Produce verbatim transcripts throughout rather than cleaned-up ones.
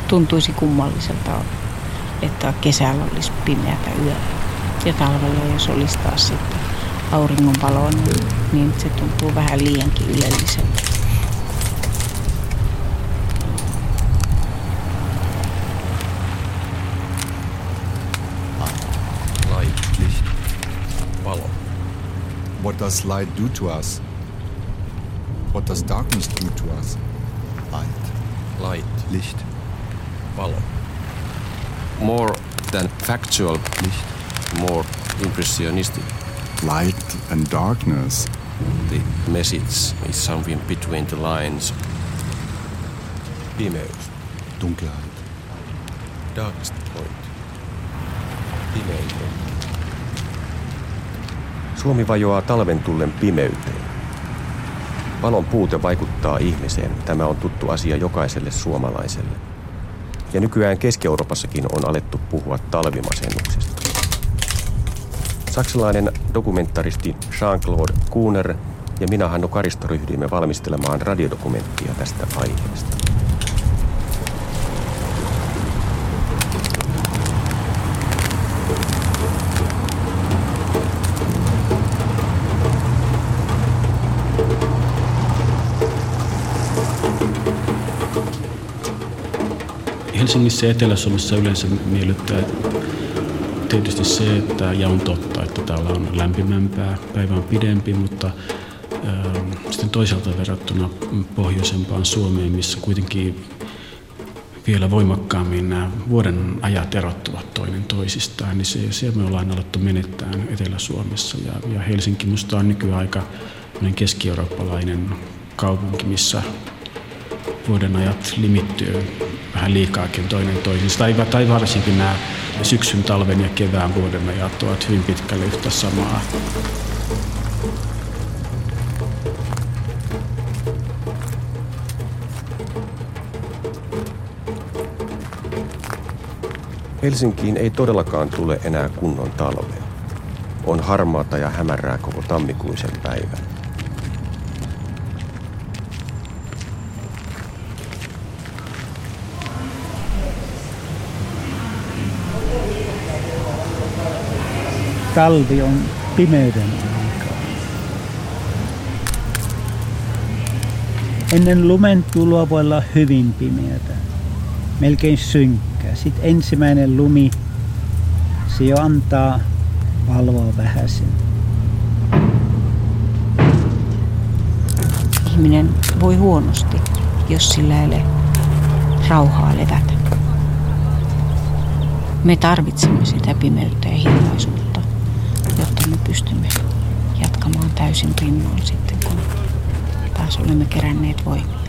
tuntuisi kummalliselta, että kesällä olisi pimeätä yöllä. Ja talvella, jos olisi taas sitten auringonvaloa, niin, niin se tuntuu vähän liiankin ylelliseltä. Light, Licht, valo. What does light do to us? What does darkness do to us? Light, light, Licht, valo. More than factual, Licht, more impressionistic. Light and darkness. The message is something between the lines. Pimeys. Dunkelheit. Darkest point. Pimeyteen. Suomi vajoaa talven tullen pimeyteen. Valon puute vaikuttaa ihmiseen. Tämä on tuttu asia jokaiselle suomalaiselle. Ja nykyään Keski-Euroopassakin on alettu puhua talvimasennuksesta. Saksalainen dokumentaristi Jean-Claude Kuhner ja minä Hannu Karisto ryhdyimme valmistelemaan radiodokumenttia tästä aiheesta. Helsingissä ja Etelä-Suomessa yleensä miellyttää tietysti se, että, ja on totta, että täällä on lämpimämpää, päivä on pidempi, mutta äh, sitten toisaalta verrattuna pohjoisempaan Suomeen, missä kuitenkin vielä voimakkaammin nämä vuoden ajat erottuvat toinen toisistaan, niin se, se me ollaan alettu menettää Etelä-Suomessa. Ja, ja Helsinki musta on nykyään aika keski-eurooppalainen kaupunki, missä vuoden ajat limittyy vähän liikaakin toinen toisista. Tai, tai varsinkin nämä syksyn, talven ja kevään vuoden ajat ovat hyvin pitkälle yhtä samaa. Helsinkiin ei todellakaan tule enää kunnon talvea. On harmaata ja hämärää koko tammikuisen päivän. Talvi on pimeyden aikaa. Ennen lumen tuloa voi olla hyvin pimeätä, melkein synkkää. Sitten ensimmäinen lumi, se jo antaa valoa vähäsen. Ihminen voi huonosti, jos sillä ei ole rauhaa levätä. Me tarvitsemme sitä pimeyttä ja hiljaisuutta, jotta me pystymme jatkamaan täysin rinnoin sitten, kun taas olemme keränneet voimia.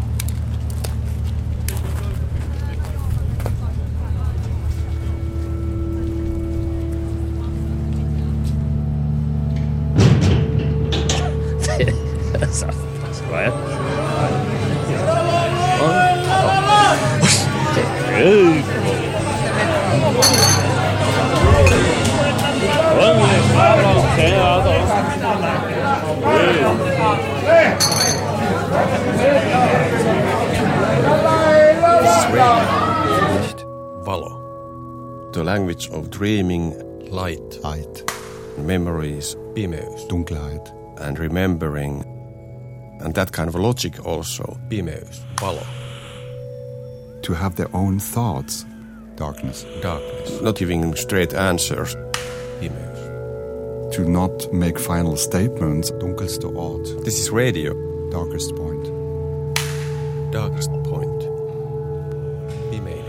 Valo. The language of dreaming, light, Light. memories, pimeys, Dunkelheit. and remembering, and that kind of logic also, pimeys, valo, To have their own thoughts. Darkness. darkness, not giving straight answers, pimeys. To not make final statements. Dunkelste Ort. This is radio, Darkest point. darkest point, pimeinen.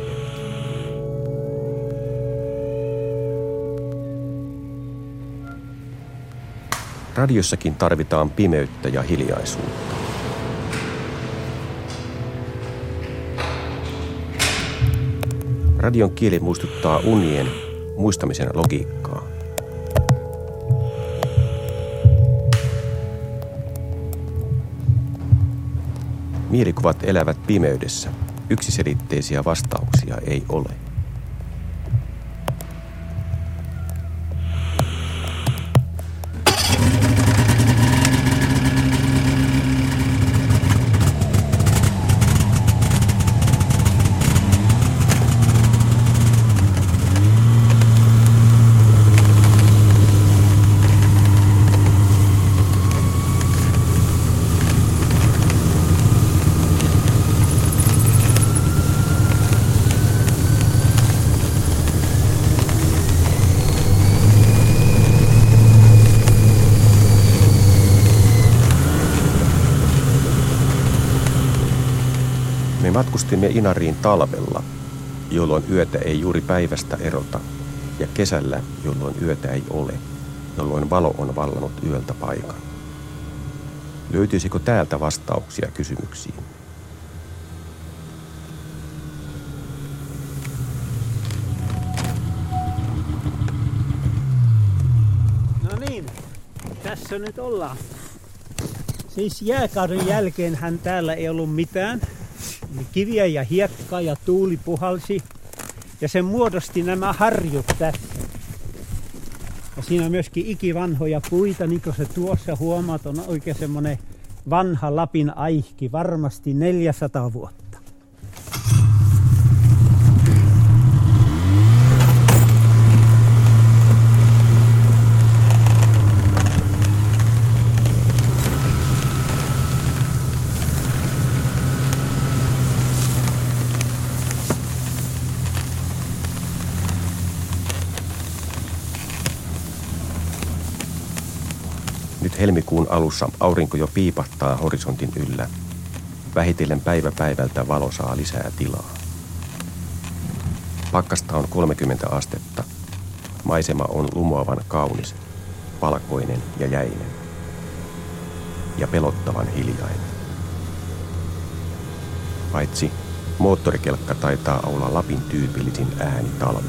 Radiossakin tarvitaan pimeyttä ja hiljaisuutta. Radion kieli muistuttaa unien muistamisen logiikkaa. Mielikuvat elävät pimeydessä. Yksiselitteisiä vastauksia ei ole. matkustimme Inariin talvella, jolloin yötä ei juuri päivästä erota, ja kesällä, jolloin yötä ei ole, jolloin valo on vallannut yöltä paikan. Löytyisikö täältä vastauksia kysymyksiin? No niin, tässä nyt ollaan. Siis jääkauden jälkeenhän täällä ei ollut mitään. Kiviä ja hiekkaa ja tuuli puhalsi. Ja se muodosti nämä harjut tässä. Ja siinä on myöskin ikivanhoja puita, niin kuin se tuossa huomaat, on oikein semmoinen vanha Lapin aihki, varmasti neljäsataa vuotta. Nyt helmikuun alussa aurinko jo piipahtaa horisontin yllä. Vähitellen päivä päivältä valo saa lisää tilaa. Pakkasta on kolmekymmentä astetta. Maisema on lumoavan kaunis, valkoinen ja jäinen. Ja pelottavan hiljainen. Paitsi moottorikelkka taitaa olla Lapin tyypillisin ääni talvella.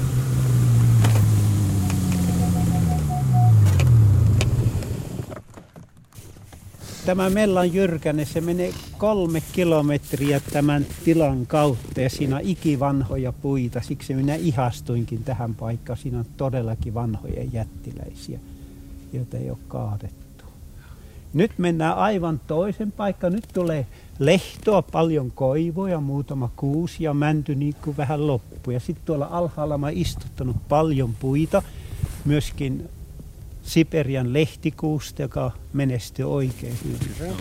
Tämä Mellan Jyrkänne, se menee kolme kilometriä tämän tilan kautta ja siinä on ikivanhoja puita. Siksi minä ihastuinkin tähän paikkaan. Siinä on todellakin vanhoja jättiläisiä, joita ei ole kaadettu. Nyt mennään aivan toisen paikkaan. Nyt tulee lehtoa, paljon koivoja, muutama kuusi ja mänty niin kuin vähän loppu. Ja sitten tuolla alhaalla mä istuttanut paljon puita, myöskin Siperian lehtikuusta, joka menestyy oikein hyvin.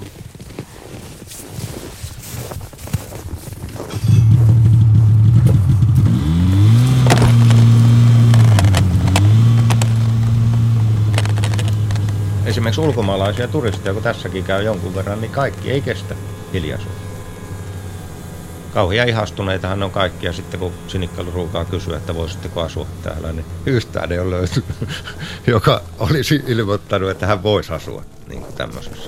Esimerkiksi ulkomaalaisia turisteja, kun tässäkin käy jonkun verran, niin kaikki ei kestä hiljaisuutta. Kauhia ihastuneitahan on kaikki, ja sitten kun Sinikkalu ruukaa kysyä, että voisitteko asua täällä, niin yhtään ei ole löytynyt, joka olisi ilmoittanut, että hän voisi asua niin kuin tämmöisessä.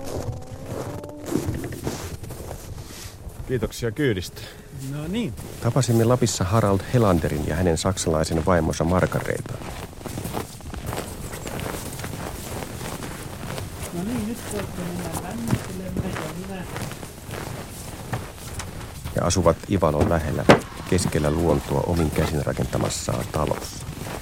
Kiitoksia kyydistä. No niin. Tapasimme Lapissa Harald Helanderin ja hänen saksalaisen vaimonsa Margareetan. No niin, nyt voitte mennä lämmittelemään ja minä... Ja asuvat Ivalon lähellä keskellä luontoa omin käsin rakentamassaan talossa.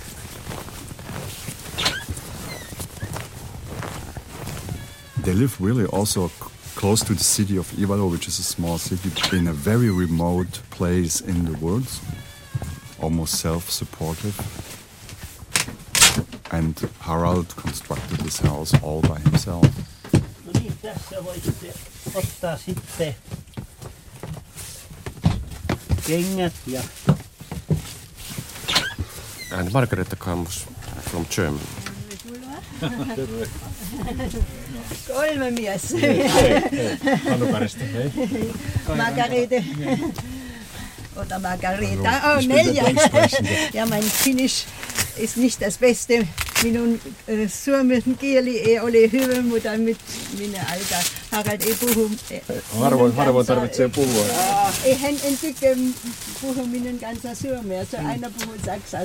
They live really also close to the city of Ivalo, which is a small city in a very remote place in the woods, almost self-supportive. And Harald constructed this house all by himself. No niin, tässä voitte ottaa sitten kengät ja... And Margareta comes from Germany. Kolme mies. Hannukarista, hei. Margarete. Oder Margareta. Oh, neljä. Ja mein Finnish ist nicht das Beste. Minun äh, suomen kieli ei ole hyvä, mutta nyt minä aika Harald ei puhu. Harvoin, harvoin tarvitsee puhua. Ei hän en tykkää puhua minun kanssa suomea, se aina puhuu saksaa.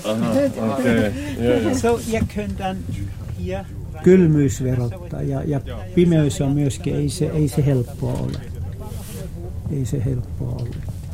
So, ihr könnt dann hier kylmyys verottaa ja, ja pimeys on myöskin, ei se, ei se helppoa ole. Ei se helppoa ole.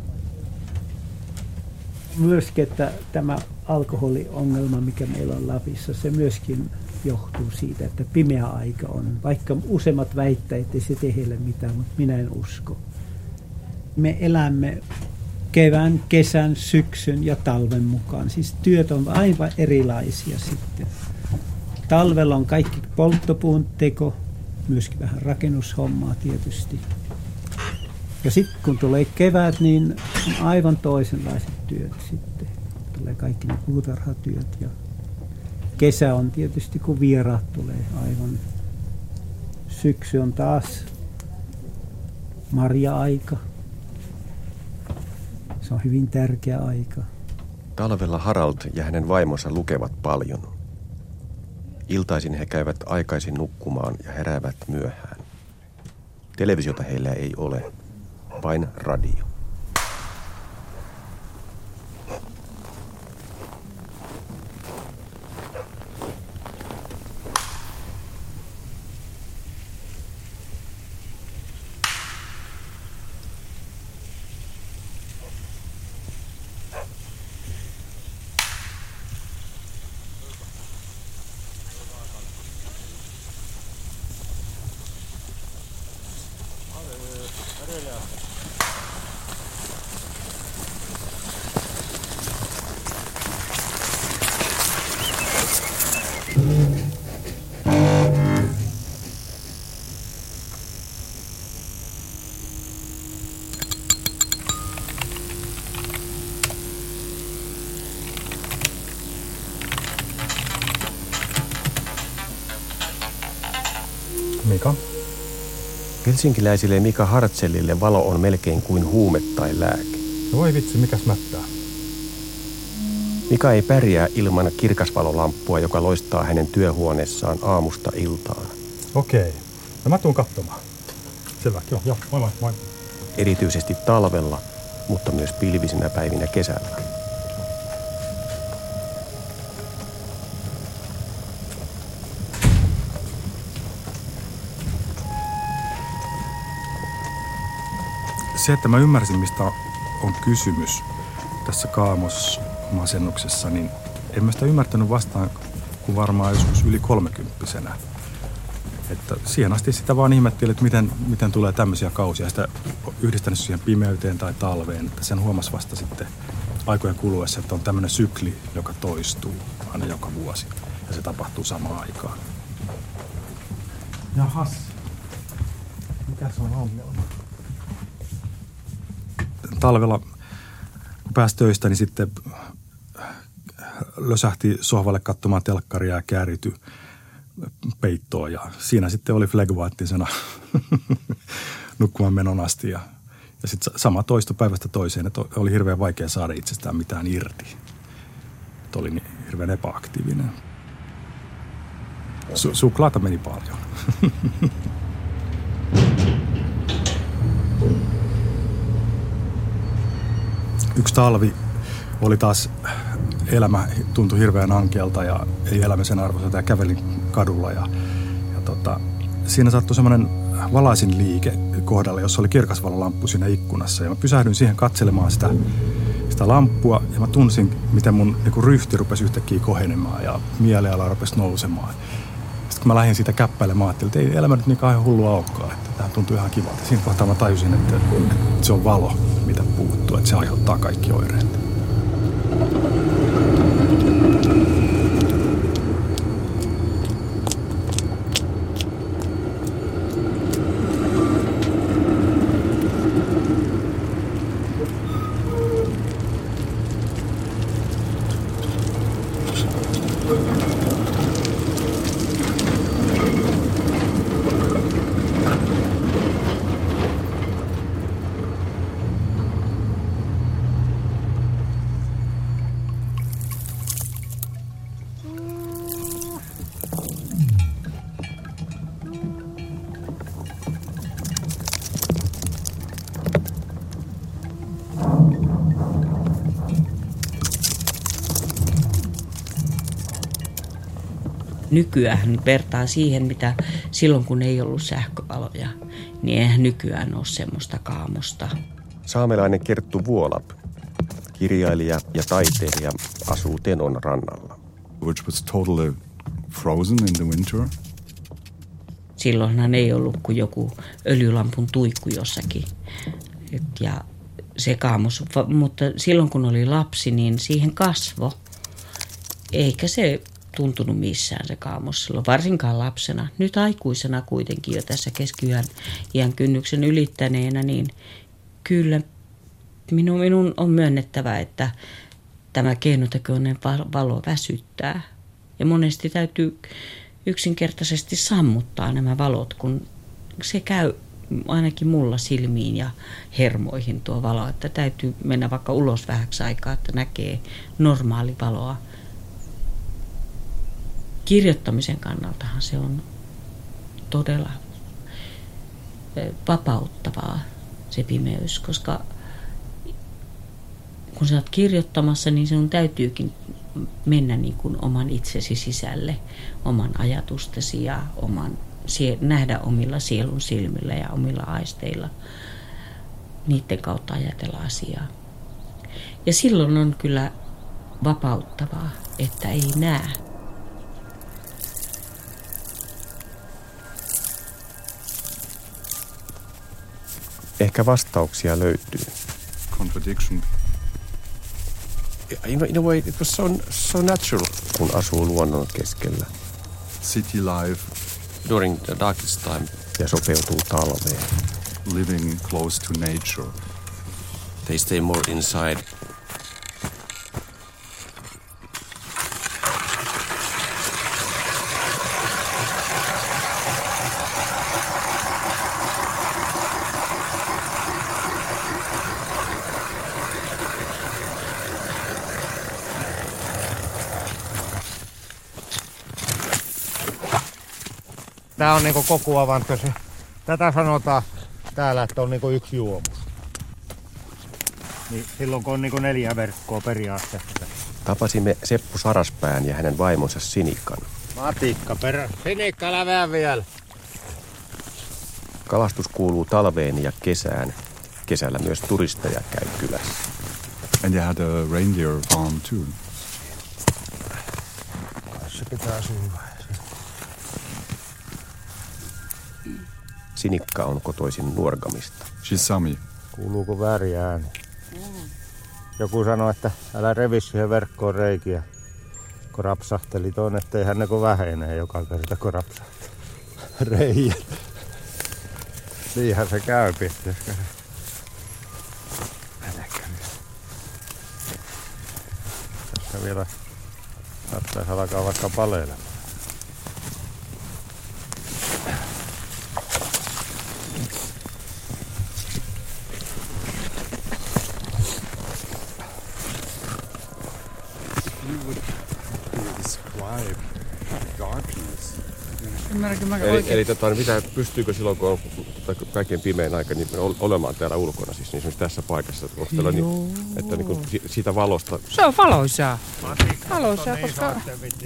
Myöskin, että tämä alkoholiongelma, mikä meillä on Lapissa, se myöskin johtuu siitä, että pimeä aika on. Vaikka useimmat väittää, että ei se tee heille mitään, mutta minä en usko. Me elämme kevään, kesän, syksyn ja talven mukaan. Siis työt on aivan erilaisia sitten. Talvella on kaikki polttopuun teko, myöskin vähän rakennushommaa tietysti. Ja sitten kun tulee kevät, niin on aivan toisenlaiset työt sitten. Tulee kaikki ne puutarhatyöt ja kesä on tietysti kun vieraat tulee aivan. Syksy on taas marja-aika. Se on hyvin tärkeä aika. Talvella Harald ja hänen vaimonsa lukevat paljon. Iltaisin he käyvät aikaisin nukkumaan ja heräävät myöhään. Televisiota heillä ei ole, vain radio. Mika? Helsinkiläisille Mika Hartzellille valo on melkein kuin huume tai lääke. Voi vitsi, mikäs mättää? Mika ei pärjää ilman kirkasvalolamppua, joka loistaa hänen työhuoneessaan aamusta iltaan. Okei. No mä tuun katsomaan. Selvä, joo, joo. Moi moi, moi. Erityisesti talvella, mutta myös pilvisinä päivinä kesällä. Se, että mä ymmärsin, mistä on kysymys tässä kaamosmasennuksessa, niin en mä sitä ymmärtänyt vastaan kuin varmaan joskus yli kolmekymppisenä. Että siihen asti sitä vaan ihmettelin, että miten, miten tulee tämmöisiä kausia. Sitä yhdistänyt siihen pimeyteen tai talveen. Että sen huomasi vasta sitten aikojen kuluessa, että on tämmöinen sykli, joka toistuu aina joka vuosi. Ja se tapahtuu samaan aikaan. Jahas. Mikä se on ongelma? Talvella, kun pääsi töistä, niin sitten lösähti sohvalle katsomaan telkkaria ja käärityi peittoon. Ja siinä sitten oli flegmaattisena nukkumaan menon asti. Ja, ja sitten sama toisto päivästä toiseen, että oli hirveän vaikea saada itsestään mitään irti. Että oli niin hirveän epäaktiivinen. Su- suklaata meni paljon. Yksi talvi oli taas, elämä tuntui hirveän ankealta ja ei elämisen arvoista ja kävelin kadulla. Ja, ja tota, siinä sattui semmoinen valaisin liike kohdalle, jossa oli kirkasvalolamppu siinä ikkunassa. Ja mä pysähdyin siihen katselemaan sitä, sitä lamppua ja mä tunsin, miten mun niin ryhti rupesi yhtäkkiä kohenemaan ja mieliala rupesi nousemaan. Sitten kun mä lähdin siitä käppäilemään, ajattelin, että ei elämä nyt niin kauhean hullua olekaan, että tämä tuntuu ihan kivalta. Siinä kohtaa mä tajusin, että, että se on valo, mitä puuttuu, että se aiheuttaa kaikki oireet. Nykyään vertaa siihen, mitä silloin kun ei ollut sähkövaloja, niin eihän nykyään ole semmoista kaamosta. Saamelainen Kerttu Vuolap, kirjailija ja taiteilija, asuu Tenon rannalla. Which was totally frozen in the winter. Silloinhan ei ollut kuin joku öljylampun tuikku jossakin. Et ja se kaamos, mutta silloin kun oli lapsi, niin siihen kasvo. Eikä se tuntunut missään se kaamos silloin, varsinkaan lapsena. Nyt aikuisena kuitenkin jo tässä keski-iän iän kynnyksen ylittäneenä, niin kyllä minun, minun on myönnettävä, että tämä keinotekoinen valo väsyttää. Ja monesti täytyy yksinkertaisesti sammuttaa nämä valot, kun se käy ainakin mulla silmiin ja hermoihin tuo valo, että täytyy mennä vaikka ulos vähäksi aikaa, että näkee normaali valoa. Kirjoittamisen kannaltahan se on todella vapauttavaa se pimeys, koska kun sä oot kirjoittamassa, niin sinun täytyykin mennä niin kuin oman itsesi sisälle, oman ajatustesi ja oman, nähdä omilla sielun silmillä ja omilla aisteilla. Niiden kautta ajatella asiaa. Ja silloin on kyllä vapauttavaa, että ei näe. Ehkä vastauksia löytyy. Contradiction. In a, in a way it was so, so natural, kun asuu luonnon keskellä. City life. During the darkest time. Ja sopeutuu talveen. Living close to nature. They stay more inside. Tämä on niinku kokuavanto. Tätä sanotaan täällä, että on niinku yksi juomus. Niin silloin kun on niinku neljä verkkoa periaatteessa. Tapasimme Seppo Saraspään ja hänen vaimonsa Sinikan. Matikka perä. Sinikka, läveä vielä. Kalastus kuuluu talveen ja kesään. Kesällä myös turisteja käy kylässä. And you had a reindeer farm too. Se pitää syyä. Sinikka on kotoisin Nuorgamista. She's Sami. Kuuluuko väärin ääni? Joku sanoi, että älä revi siihen verkkoon reikiä. Kun rapsahteli tuon, ettei hän ne kun vähenee joka kerta, kun rapsahteli reijät. Niinhän se käy pitkään. Tässä vielä saattaisi alkaa vaikka paleilemaan. Eli, eli tota, mitä, pystyykö silloin, kun on kaikkein pimein aika, niin olemaan täällä ulkona, siis niin esimerkiksi tässä paikassa, että, niin, että niin kuin siitä valosta... Se on valoisaa. Valoisaa, koska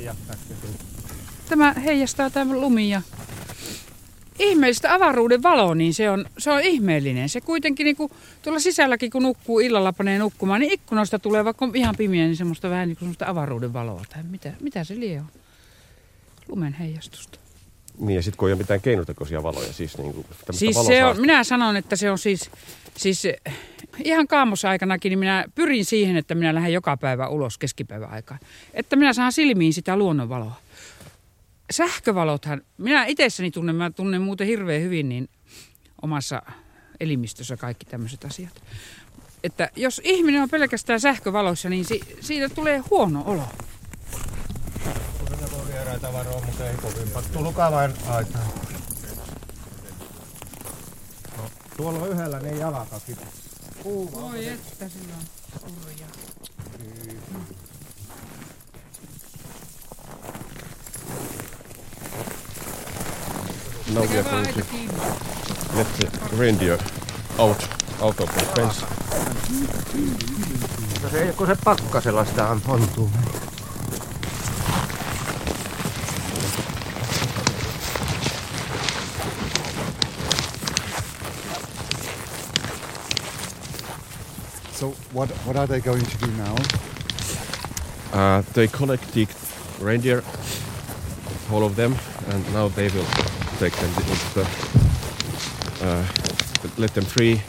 tämä heijastaa tämä lumi ja ihmeellistä avaruuden valo, niin se on, se on ihmeellinen. Se kuitenkin niin kuin, tuolla sisälläkin, kun nukkuu, illalla panee nukkumaan, niin ikkunoista tulee, vaikka on ihan pimeä, niin semmoista vähän niin kuin semmoista avaruuden valoa. Tai mitä, mitä se lie on? Lumen heijastusta. Niin, ja sitten kun ei ole mitään keinotekoisia valoja, siis niin kuin siis se on, minä sanon, että se on siis, siis ihan kaamosaikanakin, niin minä pyrin siihen, että minä lähden joka päivä ulos keskipäivän aikaan. Että minä saan silmiin sitä luonnonvaloa. Sähkövalothan, minä itsessäni tunnen, mä tunnen muuten hirveän hyvin niin omassa elimistössä kaikki tämmöiset asiat. Että jos ihminen on pelkästään sähkövaloissa, niin si, siitä tulee huono olo. Tavaroa, mutta ei kovinpa. Tulkaa vain aitaan. No, tuolla on yhdellä ne jalakakin. Voi että sillä on urja. Now we are going to let the reindeer out, out of the fence. No se, kun se pakkasella sitä on ontuu. So what what are they going to do now? Uh, they collect the reindeer, all of them, and now they will take them into the, uh, let them free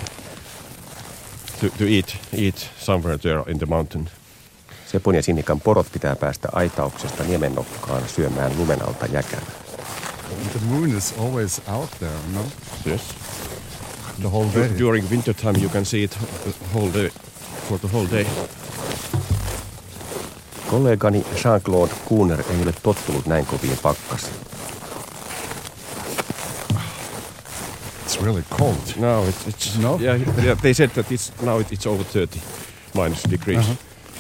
to, to eat, eat somewhere there in the mountain. Sepon ja Sinikan porot pitää päästä aitauksesta niemennokkaan syömään lumen alta jäkälää. The moon is always out there, no? Yes. The whole day. During winter time you can see it the whole day, for the whole day. Kollegani Jean-Claude Kuhner ei ole tottunut näin koviin pakkasiin. It's really cold. No, it's, it's no. Yeah, yeah, they said that it's now it's over thirty minus degrees. Uh-huh.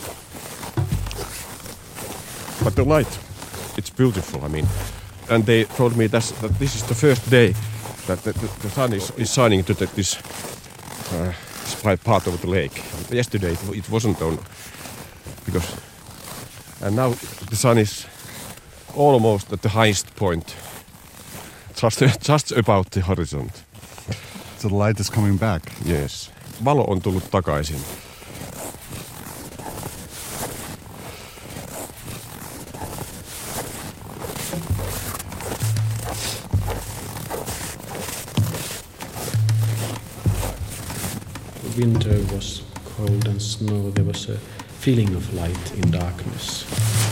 But the light, it's beautiful. I mean, and they told me that's, that this is the first day that the, the, the sun is, is shining to the, this uh, part of the lake. Yesterday it, it wasn't on because, and now the sun is almost at the highest point, just just about the horizon. So the light is coming back. Yes, valo on tullut takaisin. Winter was cold and snow. There was a feeling of light in darkness.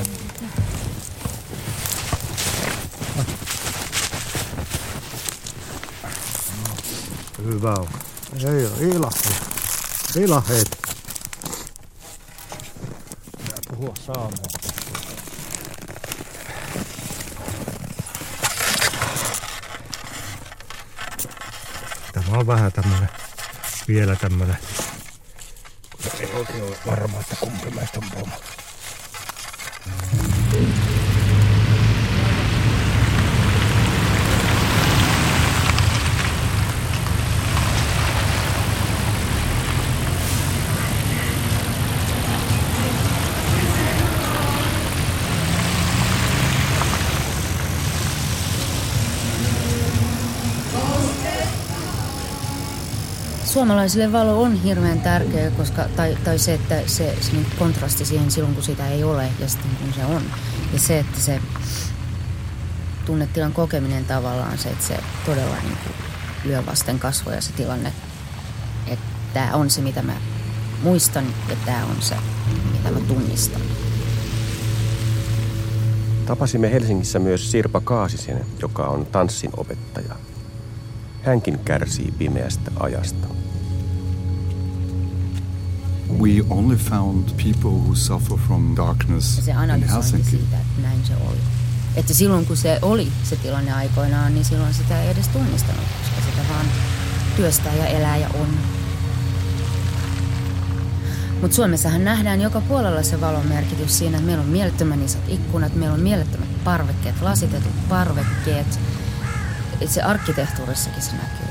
Hyvä on. Ei ole ilaheet. Ilaheet. Pitää puhua saamaan. Tämä on vähän tämmönen, vielä tämmönen, kun ei oikein ole varma, että kumpi meistä on pomo. Suomalaisille valo on hirveän tärkeä, koska, tai, tai se, että se, se niin kontrasti siihen silloin, kun sitä ei ole ja sitten kun se on. Ja se, että se tunnetilan kokeminen tavallaan se, että se todella niin kuin lyö vasten kasvoja se tilanne. Että tämä on se, mitä mä muistan ja tämä on se, mitä mä tunnistan. Tapasimme Helsingissä myös Sirpa Kaasisen, joka on tanssin opettaja. Hänkin kärsii pimeästä ajasta. We only found people who suffer from darkness ja se analysointi siitä, että näin se oli. Että silloin kun se oli se tilanne aikoinaan, niin silloin sitä ei edes tunnistanut, koska sitä vaan työstää ja elää ja on. Mutta Suomessahan nähdään joka puolella se valon merkitys siinä, että meillä on mielettömän isot ikkunat, meillä on mielettömät parvekkeet, lasitetut parvekkeet. Itse arkkitehtuurissakin se näkyy.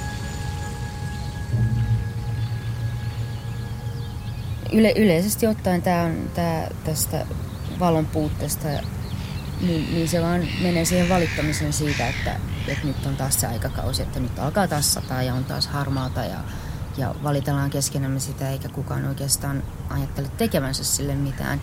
Yle, yleisesti ottaen tää on tää, tästä valon puutteesta, niin, niin se vaan menee siihen valittamiseen siitä, että, että nyt on taas se aikakausi, että nyt alkaa taas sataa ja on taas harmaata ja, ja valitellaan keskenämme sitä, eikä kukaan oikeastaan ajattele tekevänsä sille mitään.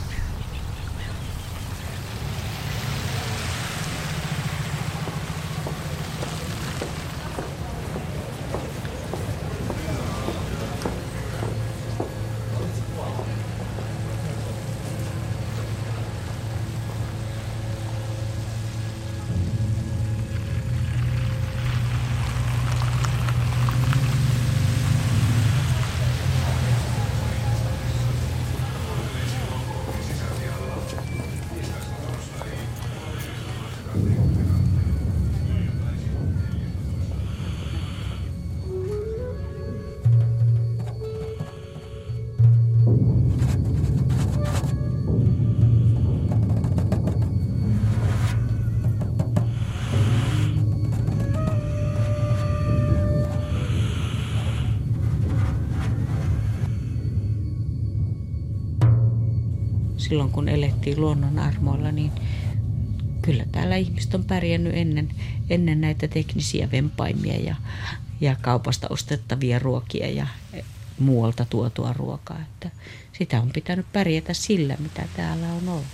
Silloin kun elettiin luonnon armoilla, niin kyllä täällä ihmiset on pärjännyt ennen, ennen näitä teknisiä vempaimia ja, ja kaupasta ostettavia ruokia ja muualta tuotua ruokaa. Että sitä on pitänyt pärjätä sillä, mitä täällä on ollut.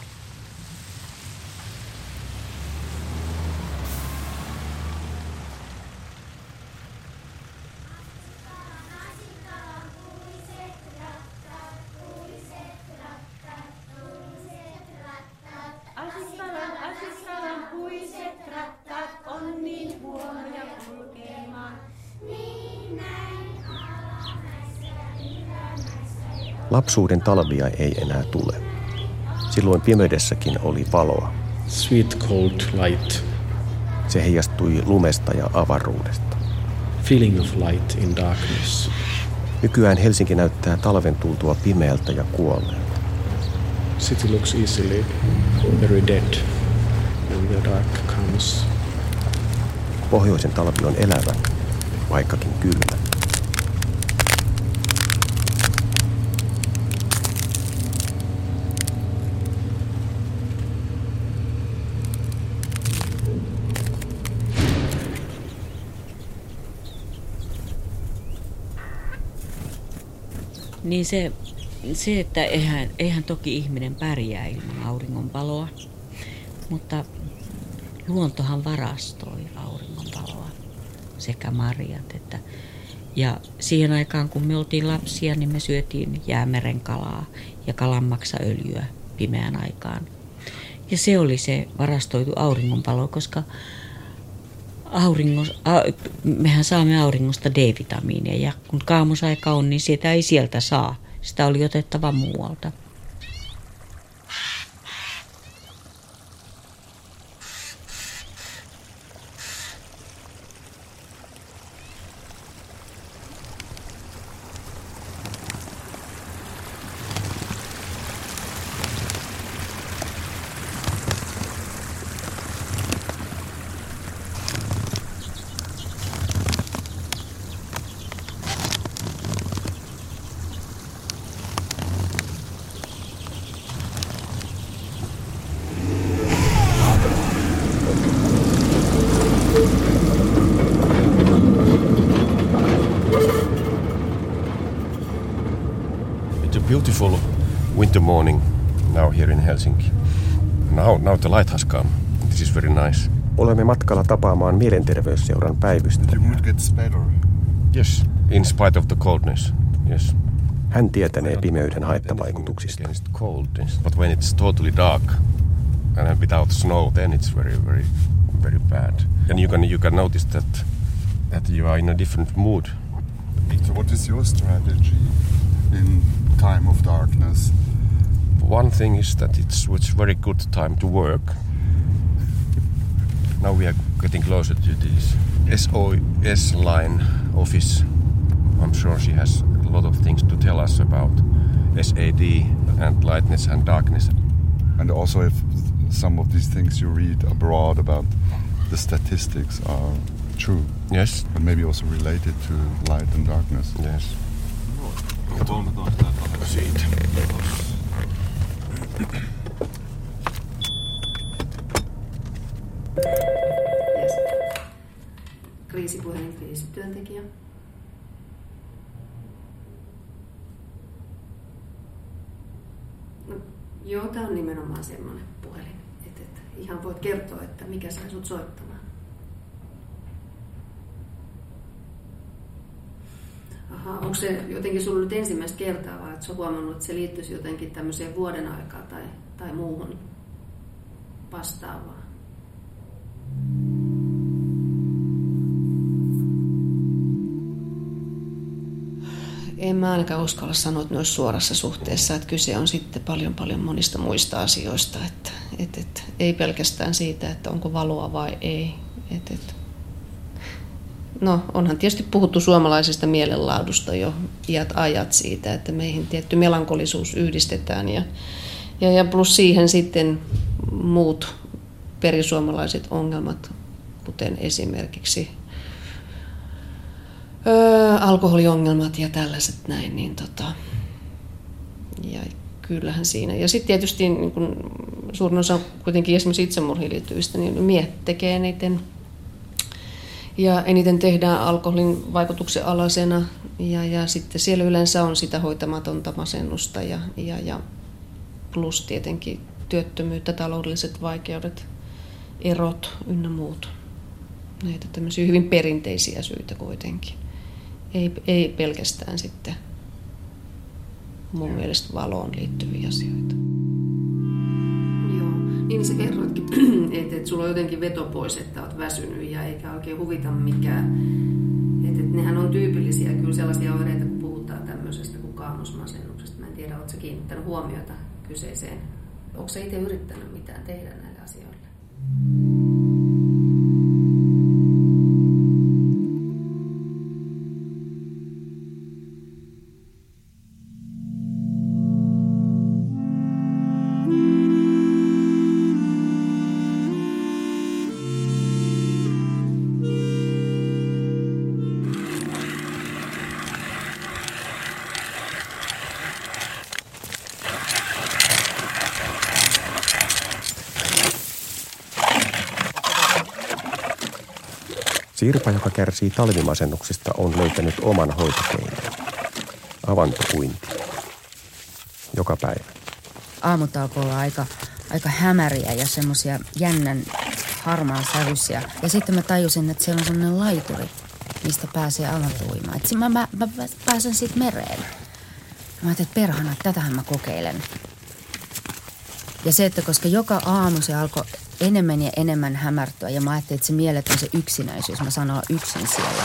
Lapsuuden talvia ei enää tule. Silloin pimeydessäkin oli valoa. Sweet cold light. Se heijastui lumesta ja avaruudesta. feeling of light in darkness. Nykyään Helsinki näyttää talven tultua pimeältä ja kuolleelta. City looks easily very dead when the dark comes. Pohjoisen talvi on elävä, vaikkakin kylmä. Niin se, se että eihän, eihän toki ihminen pärjää ilman auringonpaloa, mutta luontohan varastoi auringonpaloa sekä marjat. Että, ja siihen aikaan, kun me oltiin lapsia, niin me syötiin jäämeren kalaa ja kalanmaksaöljyä pimeään aikaan. Ja se oli se varastoitu auringonpalo, koska Auringos, a, mehän saamme auringosta D-vitamiinia ja kun kaamosaika on, niin sitä ei sieltä saa. Sitä oli otettava muualta. Beautiful winter morning now here in Helsinki. Now, now the light has come. This is very nice. Olemme matkalla tapaamaan mielenterveysseuran päivystäjää. The mood gets better. Yes, in spite of the coldness. Yes. Hän tietänee pimeyden haittavaikutuksista. But when it's totally dark and without snow, then it's very, very, very bad. And you can you can notice that that you are in a different mood. So what is your strategy in time of darkness? One thing is that it's it's very good time to work. Now we are getting closer to this S O S line office. I'm sure she has a lot of things to tell us about S A D and lightness and darkness. And also if some of these things you read abroad about the statistics are true. Yes. But maybe also related to light and darkness. Yes. Siitä. Yes. Kriisipuhelin, kriisityöntekijä. No, joo, tää on nimenomaan semmoinen puhelin, että, että ihan voit kertoa, että mikä sai sut soittamaan. Aha, onko se jotenkin sulla nyt ensimmäistä kertaa vai oletko huomannut, että se liittyisi jotenkin tämmöiseen vuoden aikaan tai, tai muuhun vastaavaan? En mä ainakaan uskalla sanoa, että ne olisi suorassa suhteessa, että kyse on sitten paljon paljon monista muista asioista, että, että, että ei pelkästään siitä, että onko valoa vai ei. Että, että No, onhan tietysti puhuttu suomalaisesta mielenlaadusta jo iät ajat siitä, että meihin tietty melankolisuus yhdistetään ja, ja, ja plus siihen sitten muut perisuomalaiset ongelmat, kuten esimerkiksi öö, alkoholiongelmat ja tällaiset näin, niin tota, ja kyllähän siinä. Ja sitten tietysti niin kun suurin osa kuitenkin esimerkiksi itsemurhiin liittyvistä, niin miehet tekee eniten. Ja eniten tehdään alkoholin vaikutuksen alasena ja, ja sitten siellä yleensä on sitä hoitamatonta masennusta ja, ja, ja plus tietenkin työttömyyttä, taloudelliset vaikeudet, erot ynnä muut. Näitä tämmöisiä hyvin perinteisiä syitä kuitenkin. Ei, ei pelkästään sitten mun mielestä valoon liittyviä asioita. Niin sä kerroitkin, että et sulla on jotenkin veto pois, että oot väsynyt ja eikä oikein huvita mikään. Että et nehän on tyypillisiä kyllä sellaisia oireita, kun puhutaan tämmöisestä kuin kaamosmasennuksesta. Mä en tiedä, ootko sä kiinnittänyt huomiota kyseiseen. Onko sä itse yrittänyt mitään tehdä näille asioille? Sirpa, joka kärsii talvimasennuksista, on löytänyt oman hoitokeinon. Avantopuinti. Joka päivä. Aamut alkoi olla aika, aika hämäriä ja semmoisia jännän harmaan sävyisiä. Ja sitten mä tajusin, että siellä on semmoinen laituri, mistä pääsee avantoimaan. Että mä, mä, mä pääsen siitä mereen. Mä ajattelin, että perhana, tätähän mä kokeilen. Ja se, että koska joka aamu se alkoi enemmän ja enemmän hämärtyä. Ja mä ajattelin, että se mieletön se yksinäisyys. Mä saan olla yksin siellä.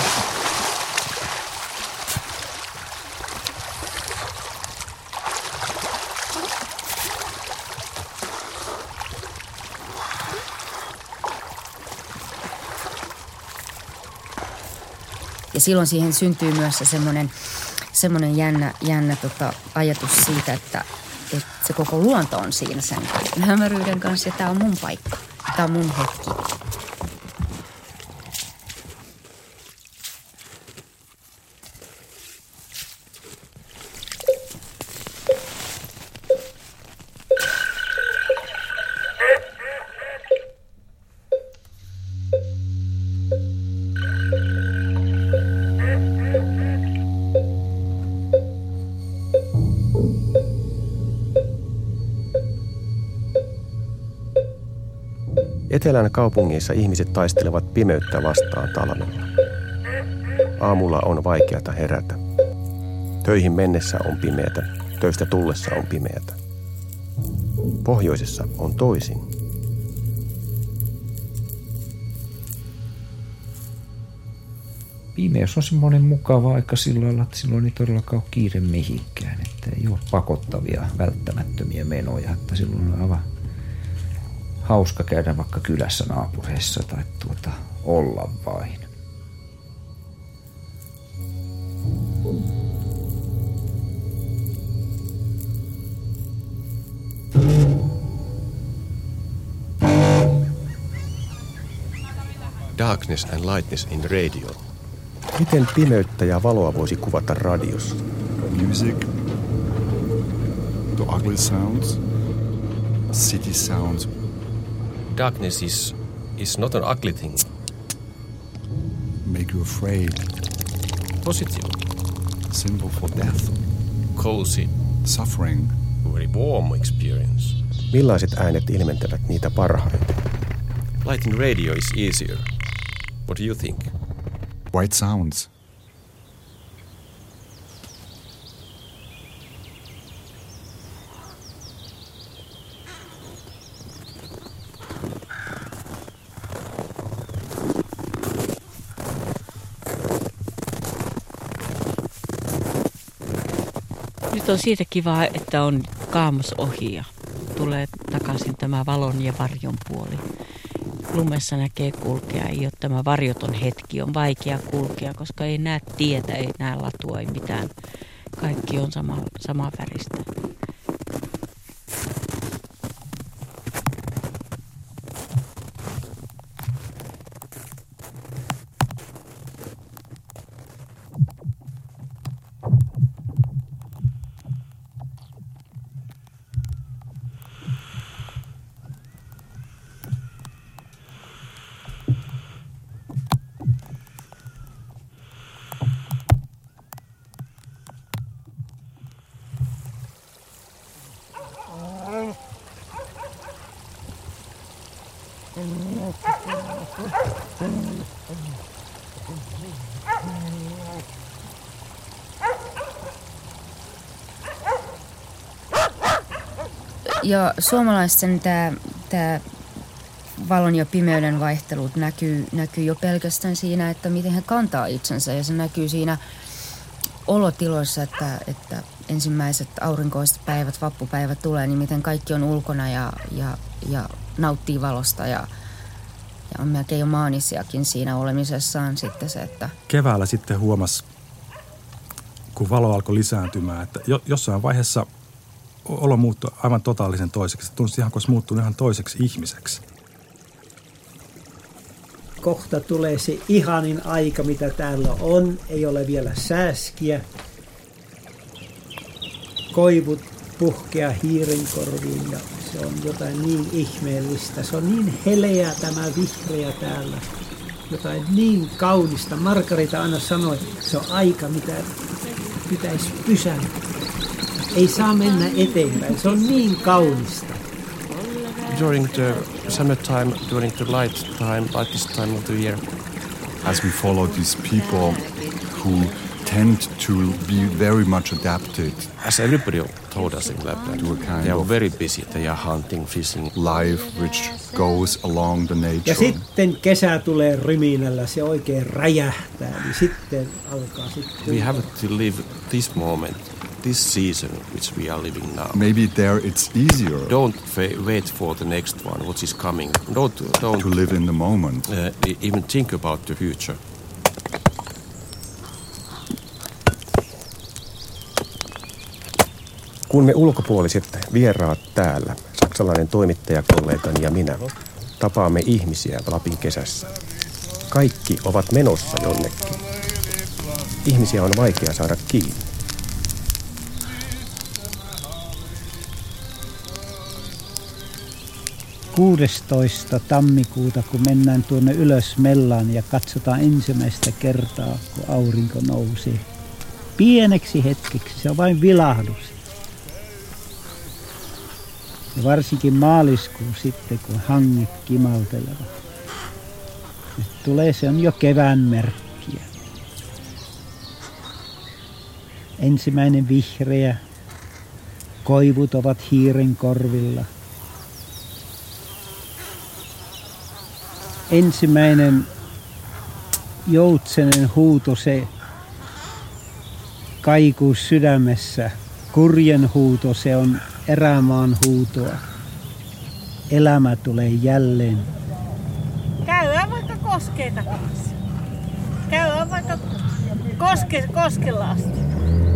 Ja silloin siihen syntyy myös se semmoinen, semmoinen jännä, jännä tota, ajatus siitä, että, että se koko luonto on siinä sen hämäryyden kanssa. Ja tämä on mun paikka. Tämä on mun hetki. Etelän kaupungeissa ihmiset taistelevat pimeyttä vastaan talvella. Aamulla on vaikeata herätä. Töihin mennessä on pimeätä, töistä tullessa on pimeätä. Pohjoisessa on toisin. Pimeys on semmoinen mukava aika sillä lailla, että silloin ei todellakaan ole kiire mihinkään. Että ei ole pakottavia, välttämättömiä menoja. Että silloin on aivan hauska käydä vaikka kylässä naapureissa tai tuota, olla vain. Darkness and lightness in radio. Miten pimeyttä ja valoa voisi kuvata radiossa? Music, the ugly sounds, city sounds. Darkness is, is not an ugly thing. Make you afraid. Positive. Symbol for death. Cozy. Suffering. Very warm experience. Millaiset äänet ilmentävät niitä parhaiten? Light in radio is easier. What do you think? White sounds. Nyt on siitä kiva, että on kaamos ohi ja tulee takaisin tämä valon ja varjon puoli. Lumessa näkee kulkea, ei ole tämä varjoton hetki, on vaikea kulkea, koska ei näe tietä, ei näe latua, ei mitään. Kaikki on sama, sama väristä. Ja suomalaisten tämä, tämä valon ja pimeyden vaihtelut näkyy, näkyy jo pelkästään siinä, että miten he kantaa itsensä. Ja se näkyy siinä olotiloissa, että, että ensimmäiset aurinkoiset päivät, vappupäivät tulee, niin miten kaikki on ulkona ja, ja, ja nauttii valosta. Ja, ja on melkein jo maanisiakin siinä olemisessaan sitten se, että... Keväällä sitten huomasi, kun valo alkoi lisääntymään, että jo, jossain vaiheessa olo muuttui aivan totaalisen toiseksi. Se tunsi ihan, kun olisi muuttunut ihan toiseksi ihmiseksi. Kohta tulee se ihanin aika, mitä täällä on. Ei ole vielä sääskiä. Koivut puhkea hiirenkorviin ja se on jotain niin ihmeellistä. Se on niin heleä tämä vihreä täällä. jotain niin kaunista. Margarita aina sanoi, että se on aika, mitä pitäisi pysäyttää. Ei saa mennä eteenpäin, se on niin kaunista. During the summertime, during the light time, like this time of the year. As we follow these people who tend to be very much adapted. As everybody told us in Lapland, to a kind they are of very busy. They are hunting, fishing. Life which goes along the nature. Ja sitten kesä tulee ryminällä, se oikein räjähtää, niin sitten alkaa sitten. We have to live this moment, this season which we are living now. Maybe there it's easier. Don't fa- wait for the next one, what is coming. Don't, don't to live in the moment. Uh, even think about the future. Kun me ulkopuoliset vieraat täällä, saksalainen toimittajakollegani ja minä, tapaamme ihmisiä Lapin kesässä. Kaikki ovat menossa jonnekin. Ihmisiä on vaikea saada kiinni. kuudestoista tammikuuta, kun mennään tuonne ylös Mellaan ja katsotaan ensimmäistä kertaa, kun aurinko nousee. Pieneksi hetkeksi, se on vain vilahdus. Ja varsinkin maaliskuu sitten, kun hanget kimaltelevat. Nyt tulee, se on jo kevään merkkiä. Ensimmäinen vihreä. Koivut ovat hiiren korvilla. Ensimmäinen joutsenen huuto, se kaikuu sydämessä. Kurjen huuto, se on erämaan huutoa. Elämä tulee jälleen. Käydään vaikka Koskeita kanssa. Käydään vaikka koske, Koskella asti.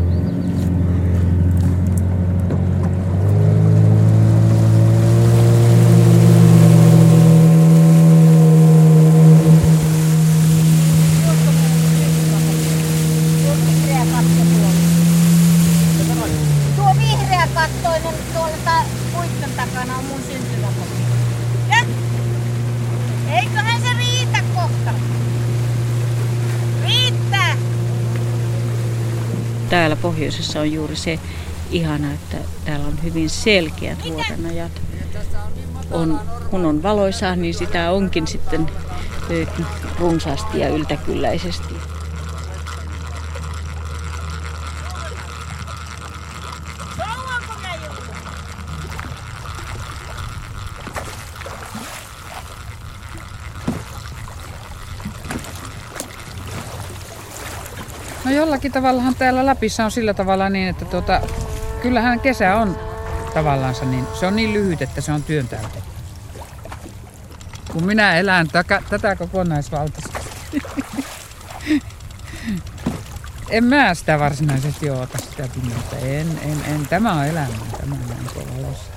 Täällä pohjoisessa on juuri se ihana, että täällä on hyvin selkeät vuodenajat. On, kun on valoisaa, niin sitä onkin sitten runsaasti ja yltäkylläisesti. No jollakin tavallahan täällä Lapissa on sillä tavalla niin, että tuota, kyllähän kesä on tavallaansa niin, se on niin lyhyt, että se on työn täyteen. Kun minä elän taka, tätä kokonaisvaltaisesti. En mä sitä varsinaisesti oota sitä pimeyttä. En, en, en. Tämä on elämää, tämä on valossa.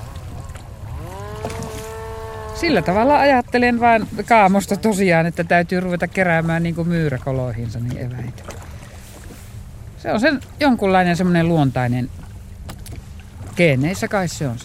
Sillä tavalla ajattelen vain Kaamosta tosiaan, että täytyy ruveta keräämään niin kuin myyräkoloihinsa niin eväitä. Se on sen jonkunlainen semmoinen luontainen, geeneissä kai se on se.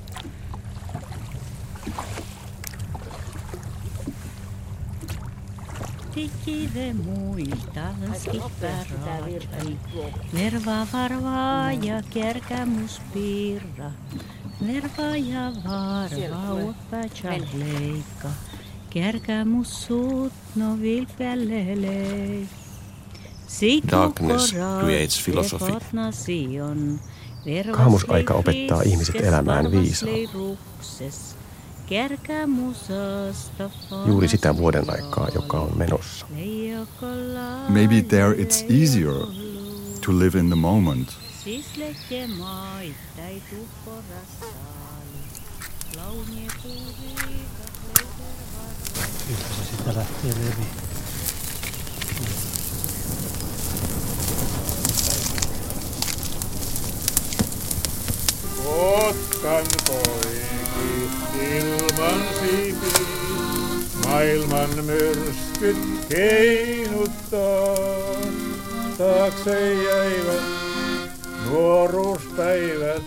Tikive muilta skipparati, nerva varvaa ja kerkämus piirra, nerva ja varva uoppa leikka, kerkämus suut no vilpälelei. Darkness creates philosophy. Kaumusaika opettaa ihmiset elämään viisaasti. Juuri sitä vuoden aikaa, joka on menossa. Maybe there it's easier to live in the moment. Kyllä se sitä lähtee leviin. Kotkan poiki ilman sipi, maailman myrskyt keinuttaa. Taakse jäivät nuoruuspäivät,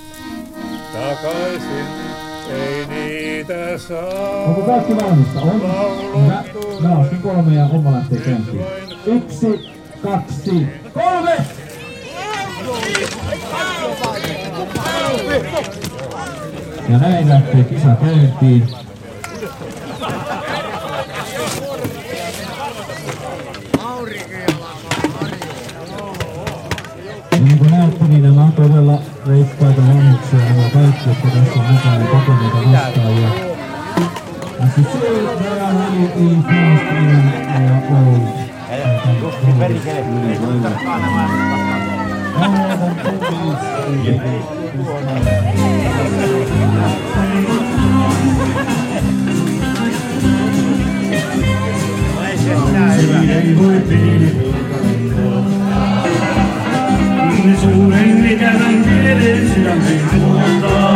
takaisin ei niitä saa. Onko kaikki valmista? On? Laulottu Mä lasken kolme ja homma lähtee käyntiin. Yksi, kaksi, kolme! Ja näin lähtee kisa käyntiin. Ja niin kuin näette, niin nämä on todella reippaita hannuksia nämä kaikki, jotka tässä on mukana pakoneita vastaan. Ja as you see, there are really the fast and uh, old. Justin perikele. Ei voi piilin suuren ikävän kielen sydämen tuolta.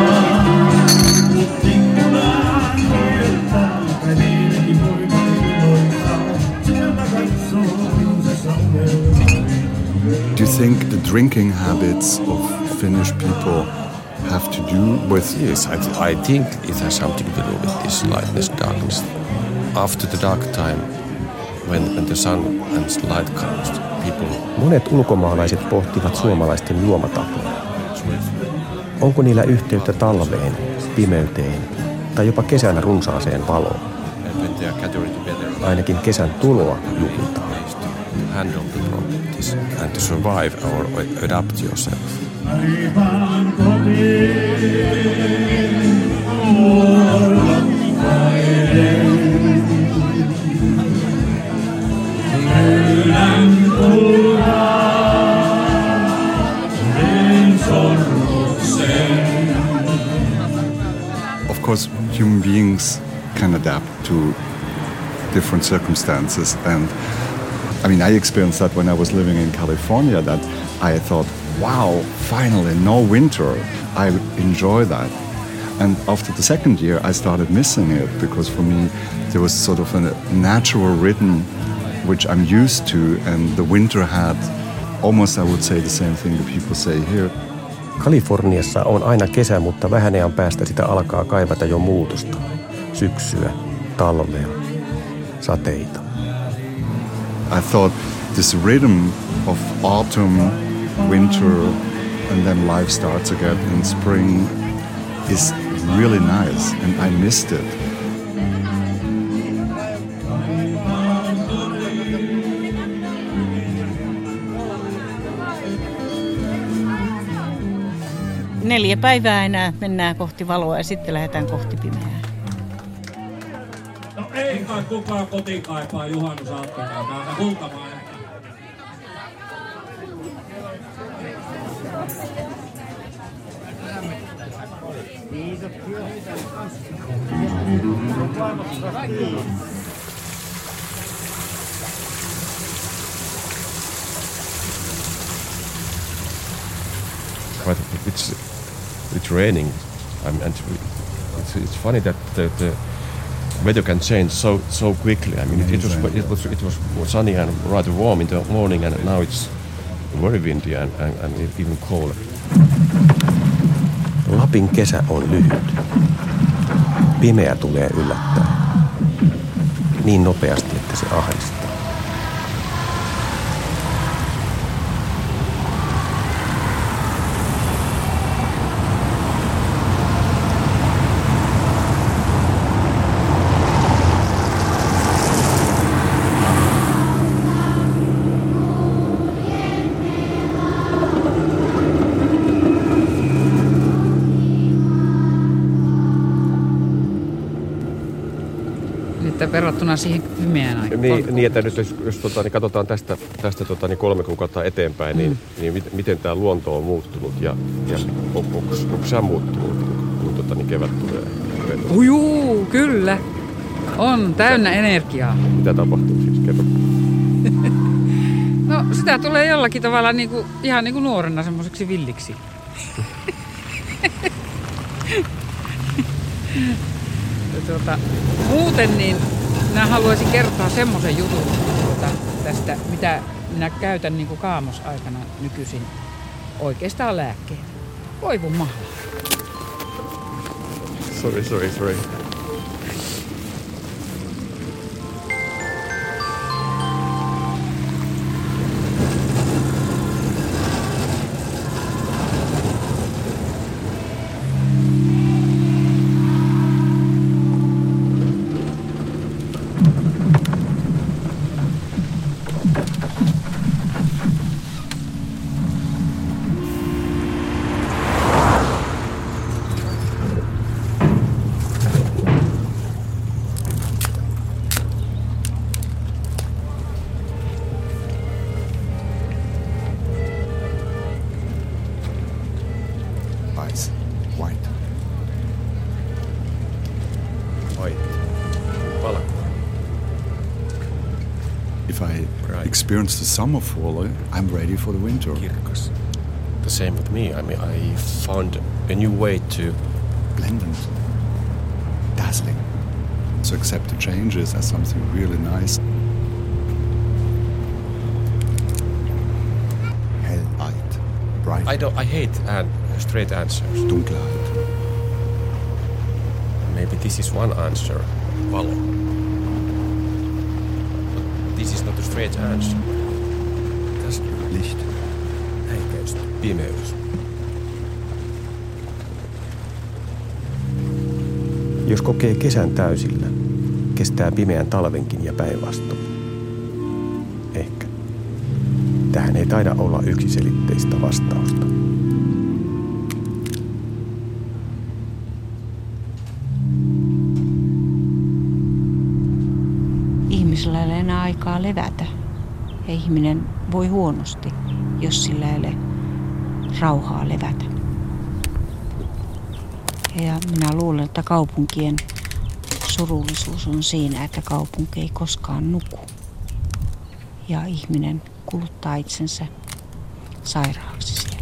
Ikkunaan kirjoittaa, tai niillekin poika iloittaa. Sieltä katsoo, se saunelmaa. Do you think the drinking habits of Finnish people have to do with... Yes, I, th- I think it has something to do with this lightness, darkness. After the dark time, when, when the sun and light comes, people... Monet ulkomaalaiset pohtivat suomalaisten juomatapoja. Onko niillä yhteyttä talveen, pimeyteen tai jopa kesänä runsaaseen valoon? Ainakin kesän tuloa juhlitaan. Handle the problems and to survive or adapt yourself. Of course, human beings can adapt to different circumstances, and I mean, I experienced that when I was living in California, that I thought, wow, finally, no winter. I enjoy that. And after the second year, I started missing it, because for me, there was sort of a natural rhythm which I'm used to, and the winter had almost, I would say, the same thing that people say here. Kaliforniassa on aina kesä, mutta vähän ajan päästä sitä alkaa kaivata jo muutosta. Syksyä, talvea, sateita. I thought this rhythm of autumn, winter, and then life starts again in spring is really nice, and I missed it. Neljä päivää enää mennään kohti valoa ja sitten lähdetään kohti pimeää. No ei kai kukaan kotiin kaipaa juhannusaattona täältä Kultamaa. But it's it's raining, um, and it's, it's funny that the, the weather can change so so quickly. I mean, it, it was it was it was sunny and rather warm in the morning, and now it's very windy and, and, and even cold. Lapin kesä on lyhyt. Pimeä tulee yllättäen. Niin nopeasti, että se ahdistaa. Verrattuna siihen pimeään aikaan. Niin, niin, että nyt jos, jos tota, niin katsotaan tästä, tästä tota, niin kolme kuukautta eteenpäin, mm. niin, niin mit, miten tämä luonto on muuttunut ja, ja on, onko, onko sä muuttunut, kun tota, niin kevät tulee? Ujuu, kyllä. On täynnä energiaa. Mitä tapahtuu siis? Kerro. No sitä tulee jollakin tavalla niin kuin, ihan niin kuin nuorena semmoiseksi villiksi. Tuota, muuten niin minä haluaisin kertoa semmoisen jutun tuota, tästä, mitä minä käytän niin kuin kaamosaikana nykyisin oikeastaan lääkkeen. Koivun mahla. Sorry, sorry, sorry. if I right. experience the summer fully, I'm ready for the winter. Kirkas. The same with me. I mean, I found a new way to... Blendend. Dazzling. So accept the changes as something really nice. Hell-light. Bright. I don't. I hate an, straight answers. Dunkelheit. Maybe this is one answer. Valo. But this is not a straight answer. That's Licht. Häikäys. Pimeys. Jos kokee kesän täysillä, kestää pimeän talvenkin ja päinvastoin. Ehkä. Tähän ei taida olla yksiselitteistä vastausta. Ihmisellä ei ole enää aikaa levätä. Ja ihminen voi huonosti, jos sillä ei ole rauhaa levätä. Ja minä luulen, että kaupunkien surullisuus on siinä, että kaupunki ei koskaan nuku. Ja ihminen kuluttaa itsensä sairaaksi siellä.